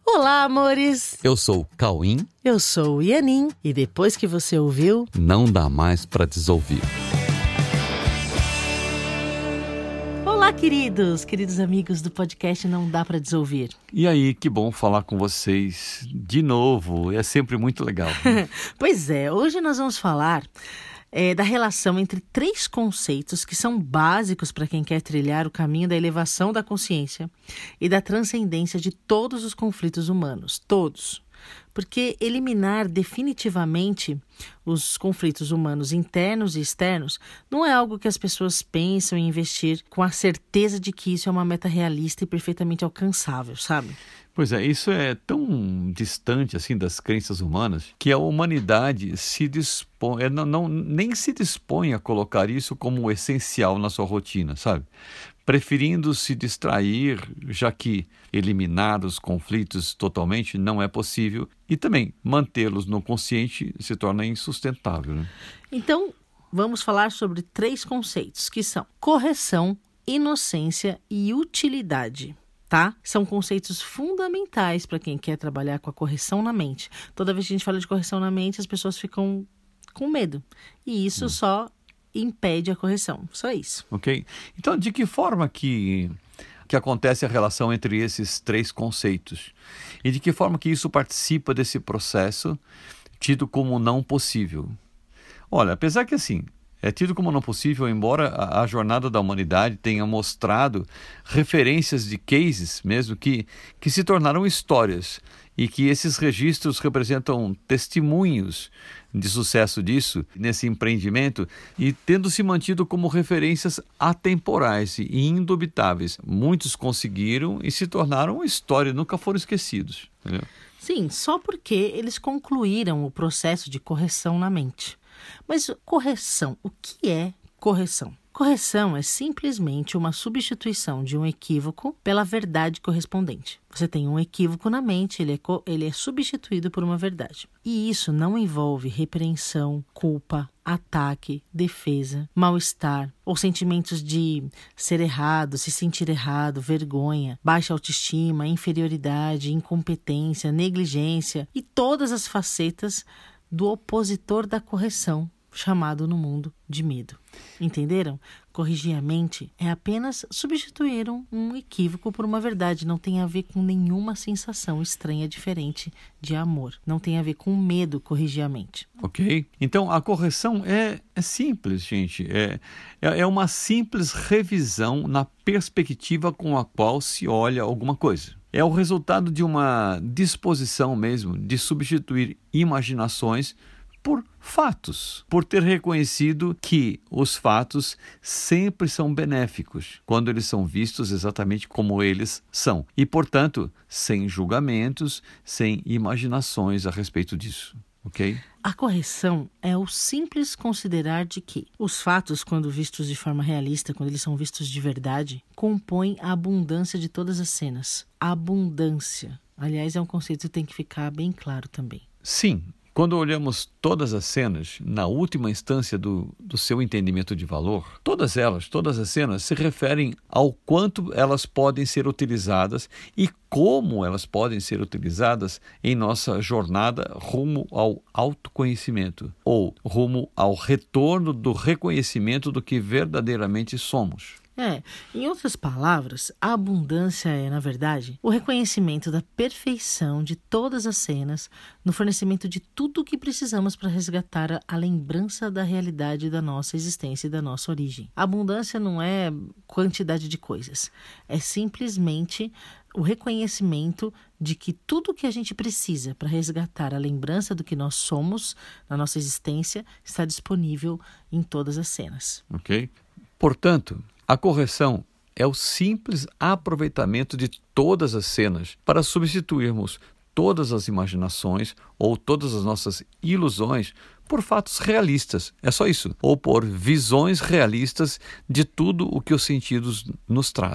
Olá, amores! Eu sou o Cauim. Eu sou o Ianin. E depois que você ouviu, não dá mais para desouvir. Olá, queridos amigos do podcast Não Dá Pra Desouvir. E aí, que bom falar com vocês de novo. É sempre muito legal. Pois é, hoje nós vamos falar da relação entre três conceitos que são básicos para quem quer trilhar o caminho da elevação da consciência e da transcendência de todos os conflitos humanos, todos. Porque eliminar definitivamente os conflitos humanos internos e externos não é algo que as pessoas pensam em investir com a certeza de que isso é uma meta realista e perfeitamente alcançável, sabe? Pois é, isso é tão distante assim das crenças humanas que a humanidade nem se dispõe a colocar isso como essencial na sua rotina, sabe? Preferindo se distrair, já que eliminar os conflitos totalmente não é possível e também mantê-los no consciente se torna insustentável, né? Então, vamos falar sobre três conceitos que são correção, inocência e utilidade. Tá? São conceitos fundamentais para quem quer trabalhar com a correção na mente. Toda vez que a gente fala de correção na mente, as pessoas ficam com medo. E isso só impede a correção. Só isso. Ok. Então, de que forma que acontece a relação entre esses três conceitos? E de que forma que isso participa desse processo tido como não possível? Olha, apesar que assim, é tido como não possível, embora a jornada da humanidade tenha mostrado referências de cases mesmo que se tornaram histórias e que esses registros representam testemunhos de sucesso disso, nesse empreendimento, e tendo se mantido como referências atemporais e indubitáveis. Muitos conseguiram e se tornaram história, nunca foram esquecidos. Entendeu? Sim, só porque eles concluíram o processo de correção na mente. Mas correção, o que é correção? Correção é simplesmente uma substituição de um equívoco pela verdade correspondente. Você tem um equívoco na mente, ele é substituído por uma verdade. E isso não envolve repreensão, culpa, ataque, defesa, mal-estar ou sentimentos de ser errado, se sentir errado, vergonha, baixa autoestima, inferioridade, incompetência, negligência e todas as facetas do opositor da correção, chamado no mundo de medo. Entenderam? Corrigir a mente é apenas substituir um equívoco por uma verdade. Não tem a ver com nenhuma sensação estranha diferente de amor. Não tem a ver com medo corrigir a mente. Ok? Então, a correção é simples, gente. É uma simples revisão na perspectiva com a qual se olha alguma coisa. É o resultado de uma disposição mesmo de substituir imaginações por fatos, por ter reconhecido que os fatos sempre são benéficos quando eles são vistos exatamente como eles são e, portanto, sem julgamentos, sem imaginações a respeito disso, ok? A correção é o simples considerar de que os fatos, quando vistos de forma realista, quando eles são vistos de verdade, compõem a abundância de todas as cenas. Abundância. Aliás, é um conceito que tem que ficar bem claro também. Sim. Quando olhamos todas as cenas, na última instância do seu entendimento de valor, todas as cenas se referem ao quanto elas podem ser utilizadas e como elas podem ser utilizadas em nossa jornada rumo ao autoconhecimento ou rumo ao retorno do reconhecimento do que verdadeiramente somos. Em outras palavras, a abundância é, na verdade, o reconhecimento da perfeição de todas as cenas no fornecimento de tudo o que precisamos para resgatar a lembrança da realidade da nossa existência e da nossa origem. A abundância não é quantidade de coisas, é simplesmente o reconhecimento de que tudo o que a gente precisa para resgatar a lembrança do que nós somos na nossa existência está disponível em todas as cenas. Ok? Portanto, a correção é o simples aproveitamento de todas as cenas para substituirmos todas as imaginações ou todas as nossas ilusões por fatos realistas. É só isso. Ou por visões realistas de tudo o que os sentidos nos trazem.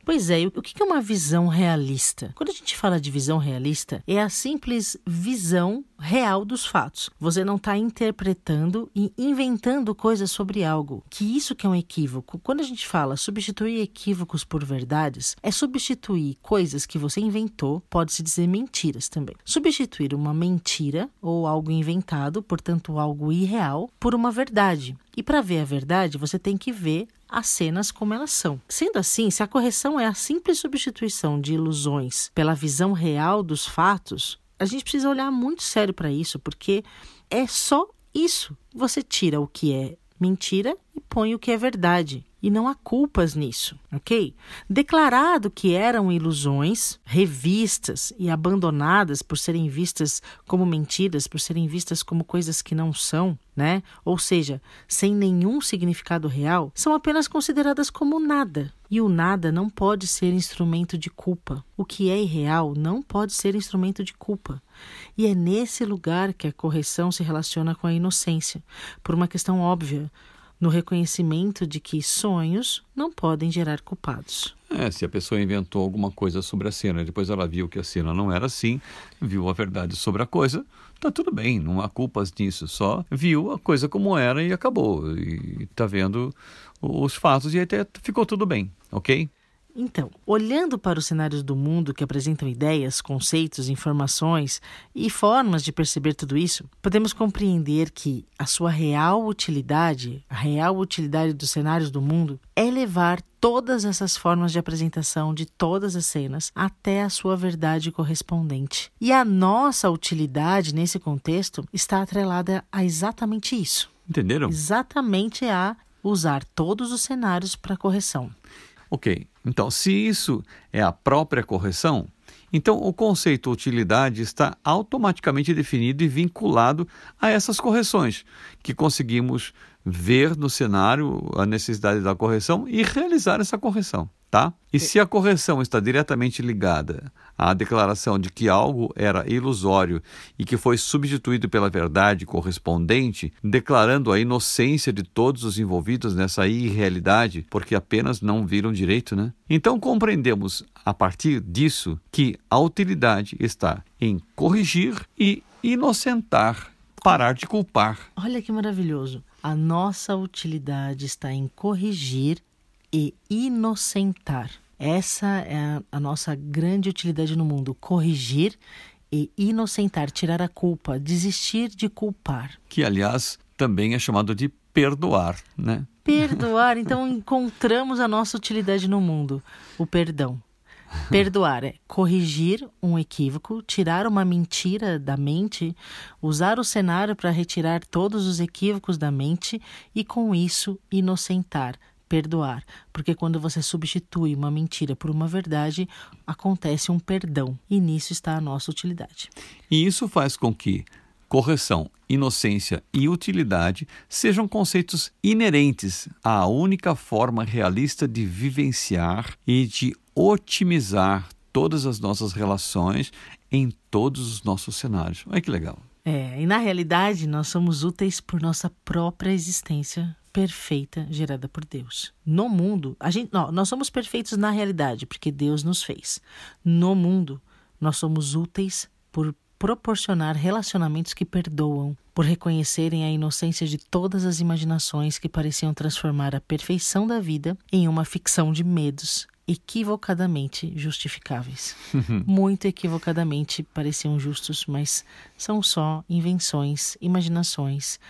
Pois é, e o que é uma visão realista? Quando a gente fala de visão realista, é a simples visão real dos fatos. Você não está interpretando e inventando coisas sobre algo. Isso que é um equívoco. Quando a gente fala substituir equívocos por verdades, é substituir coisas que você inventou, pode-se dizer mentiras também. Substituir uma mentira ou algo inventado, portanto algo irreal, por uma verdade. E para ver a verdade, você tem que ver as cenas como elas são. Sendo assim, se a correção é a simples substituição de ilusões pela visão real dos fatos, a gente precisa olhar muito sério para isso, porque é só isso. Você tira o que é mentira e põe o que é verdade. E não há culpas nisso, ok? Declarado que eram ilusões revistas e abandonadas por serem vistas como mentiras, por serem vistas como coisas que não são, né? Ou seja, sem nenhum significado real, são apenas consideradas como nada. E o nada não pode ser instrumento de culpa. O que é irreal não pode ser instrumento de culpa. E é nesse lugar que a correção se relaciona com a inocência, por uma questão óbvia, no reconhecimento de que sonhos não podem gerar culpados. Se a pessoa inventou alguma coisa sobre a cena, depois ela viu que a cena não era assim, viu a verdade sobre a coisa, tá tudo bem, não há culpas nisso, só viu a coisa como era e acabou. E tá vendo os fatos e até ficou tudo bem, ok? Então, olhando para os cenários do mundo que apresentam ideias, conceitos, informações e formas de perceber tudo isso, podemos compreender que a sua real utilidade, a real utilidade dos cenários do mundo, é levar todas essas formas de apresentação de todas as cenas até a sua verdade correspondente. E a nossa utilidade nesse contexto está atrelada a exatamente isso. Entenderam? Exatamente a usar todos os cenários para correção. Ok, então se isso é a própria correção, então o conceito utilidade está automaticamente definido e vinculado a essas correções, que conseguimos ver no cenário a necessidade da correção e realizar essa correção, tá? E se a correção está diretamente ligada à declaração de que algo era ilusório e que foi substituído pela verdade correspondente, declarando a inocência de todos os envolvidos nessa irrealidade, porque apenas não viram direito, né? Então compreendemos, a partir disso, que a utilidade está em corrigir e inocentar, parar de culpar. Olha que maravilhoso. A nossa utilidade está em corrigir e inocentar. Essa é a nossa grande utilidade no mundo. Corrigir e inocentar, tirar a culpa, desistir de culpar. Que, aliás, também é chamado de perdoar, né? Perdoar. Então, encontramos a nossa utilidade no mundo, o perdão. Perdoar é corrigir um equívoco, tirar uma mentira da mente, usar o cenário para retirar todos os equívocos da mente e, com isso, inocentar, perdoar. Porque quando você substitui uma mentira por uma verdade, acontece um perdão. E nisso está a nossa utilidade. E isso faz com que correção, inocência e utilidade sejam conceitos inerentes à única forma realista de vivenciar e de otimizar todas as nossas relações em todos os nossos cenários. Olha que legal. E na realidade nós somos úteis por nossa própria existência perfeita gerada por Deus. No mundo, nós somos perfeitos na realidade porque Deus nos fez. No mundo, nós somos úteis por proporcionar relacionamentos que perdoam, por reconhecerem a inocência de todas as imaginações que pareciam transformar a perfeição da vida em uma ficção de medos equivocadamente justificáveis. Muito equivocadamente pareciam justos, mas são só invenções, imaginações,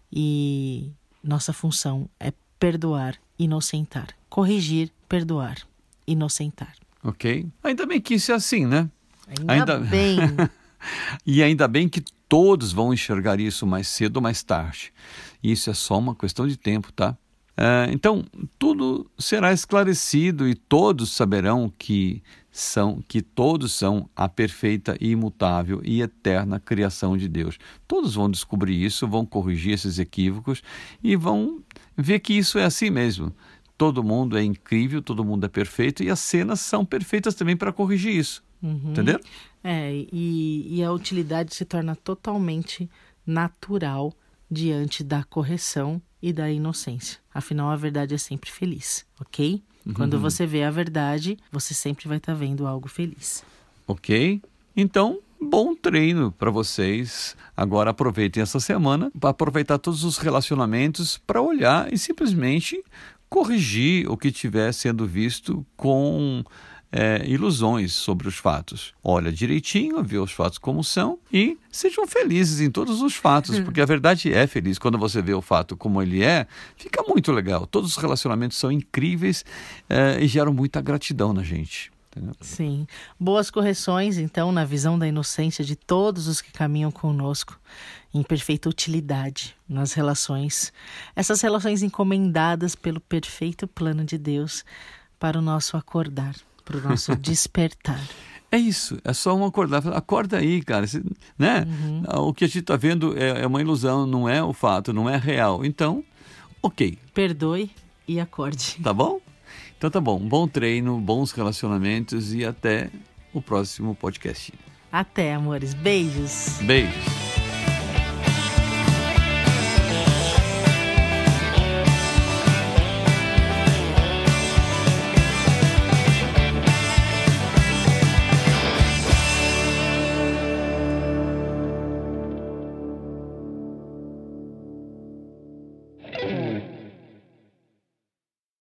e nossa função é perdoar, inocentar, corrigir, perdoar, inocentar. Ok? Ainda bem que isso é assim, né? Ainda bem. E ainda bem que todos vão enxergar isso mais cedo ou mais tarde. Isso é só uma questão de tempo, tá? Então, tudo será esclarecido e todos saberão que todos são a perfeita, imutável e eterna criação de Deus. Todos vão descobrir isso, vão corrigir esses equívocos e vão ver que isso é assim mesmo. Todo mundo é incrível, todo mundo é perfeito e as cenas são perfeitas também para corrigir isso. Entendeu? E a utilidade se torna totalmente natural diante da correção e da inocência. Afinal, a verdade é sempre feliz, ok? Quando você vê a verdade, você sempre vai estar vendo algo feliz. Ok? Então, bom treino para vocês. Agora aproveitem essa semana para aproveitar todos os relacionamentos para olhar e simplesmente corrigir o que estiver sendo visto com ilusões sobre os fatos. Olha direitinho, vê os fatos como são e sejam felizes em todos os fatos, porque a verdade é feliz. Quando você vê o fato como ele é, fica muito legal. Todos os relacionamentos são incríveis e geram muita gratidão na gente. Entendeu? Sim. Boas correções, então, na visão da inocência de todos os que caminham conosco, em perfeita utilidade nas relações. Essas relações encomendadas pelo perfeito plano de Deus para o nosso acordar, para o nosso despertar. É isso, é só um acordar. Acorda aí, cara, né? O que a gente está vendo é uma ilusão, não é o fato, não é real. Então, ok. Perdoe e acorde. Tá bom? Então tá bom. Bom treino, bons relacionamentos e até o próximo podcast. Até, amores. Beijos. Beijos.